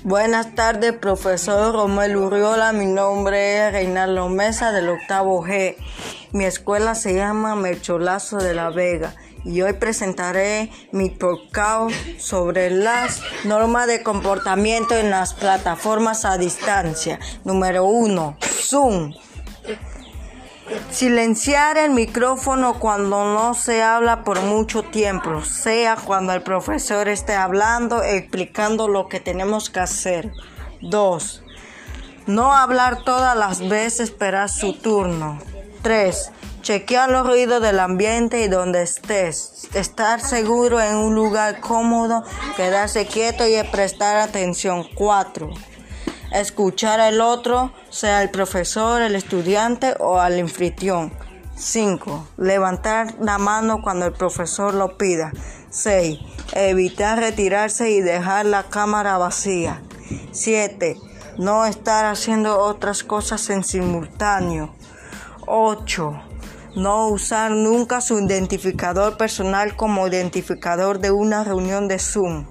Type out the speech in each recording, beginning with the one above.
Buenas tardes, profesor Romel Urriola. Mi nombre es Reinaldo Mesa del octavo G. Mi escuela se llama Mercholazo de la Vega y hoy presentaré mi podcast sobre las normas de comportamiento en las plataformas a distancia. Número 1. Zoom. Silenciar el micrófono cuando no se habla por mucho tiempo, sea cuando el profesor esté hablando, explicando lo que tenemos que hacer. 2. No hablar todas las veces, esperar su turno. 3. Chequear los ruidos del ambiente y donde estés. Estar seguro en un lugar cómodo, quedarse quieto y prestar atención. 4. Escuchar al otro, sea el profesor, el estudiante o al anfitrión. 5. Levantar la mano cuando el profesor lo pida. 6. Evitar retirarse y dejar la cámara vacía. 7. No estar haciendo otras cosas en simultáneo. 8. No usar nunca su identificador personal como identificador de una reunión de Zoom.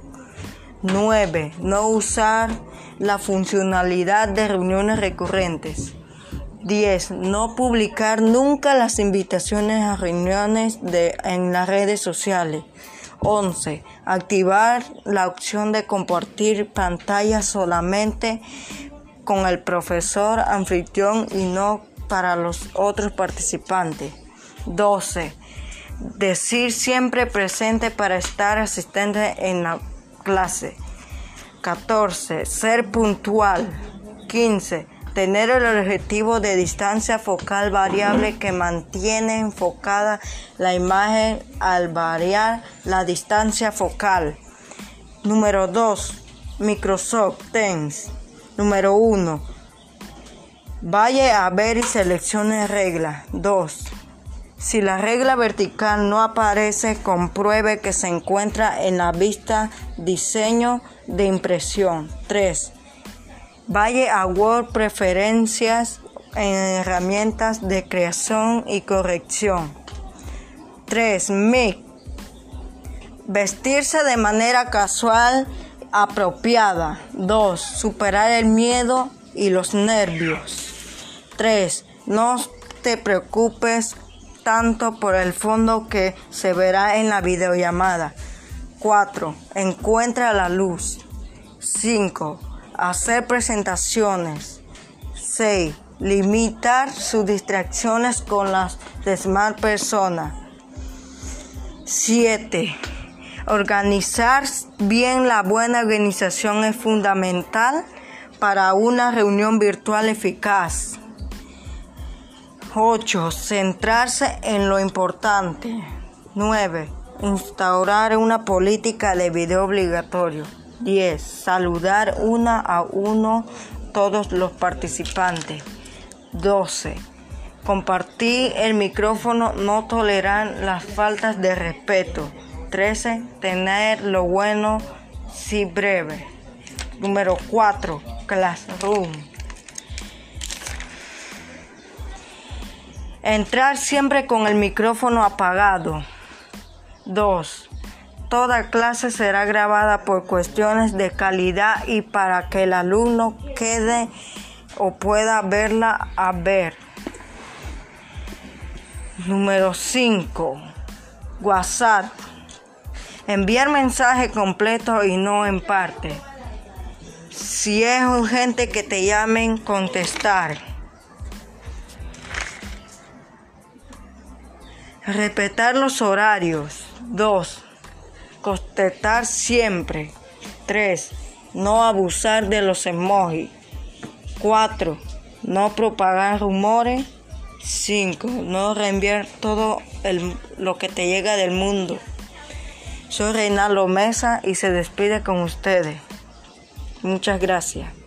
9. No usar la funcionalidad de reuniones recurrentes. 10. No publicar nunca las invitaciones a reuniones en las redes sociales. 11. Activar la opción de compartir pantalla solamente con el profesor anfitrión y no para los otros participantes. 12. Decir siempre presente para estar asistente en la clase. 14. Ser puntual. 15. Tener el objetivo de distancia focal variable que mantiene enfocada la imagen al variar la distancia focal. Número 2. Microsoft Teams. Número 1. Vaya a ver y seleccione regla. 2. Si la regla vertical no aparece, compruebe que se encuentra en la vista Diseño de impresión. 3. Vaya a Word Preferencias en herramientas de creación y corrección. 3. Mic. Vestirse de manera casual apropiada. 2. Superar el miedo y los nervios. 3. No te preocupes tanto por el fondo que se verá en la videollamada. 4. Encuentra la luz. 5. Hacer presentaciones. 6. Limitar sus distracciones con las demás personas. 7. Organizar bien. La buena organización es fundamental para una reunión virtual eficaz. 8. Centrarse en lo importante. 9. Instaurar una política de video obligatorio. 10. Saludar uno a uno todos los participantes. 12. Compartir el micrófono, no tolerar las faltas de respeto. 13. Tener lo bueno, sí breve. Número 4. Classroom. Entrar siempre con el micrófono apagado. 2. Toda clase será grabada por cuestiones de calidad y para que el alumno quede o pueda verla a ver. Número 5. WhatsApp. Enviar mensaje completo y no en parte. Si es urgente que te llamen, contestar. Respetar los horarios. 2. Contestar siempre. 3. No abusar de los emojis. 4. No propagar rumores. 5. No reenviar todo lo que te llega del mundo. Soy Reinaldo Mesa y se despide con ustedes. Muchas gracias.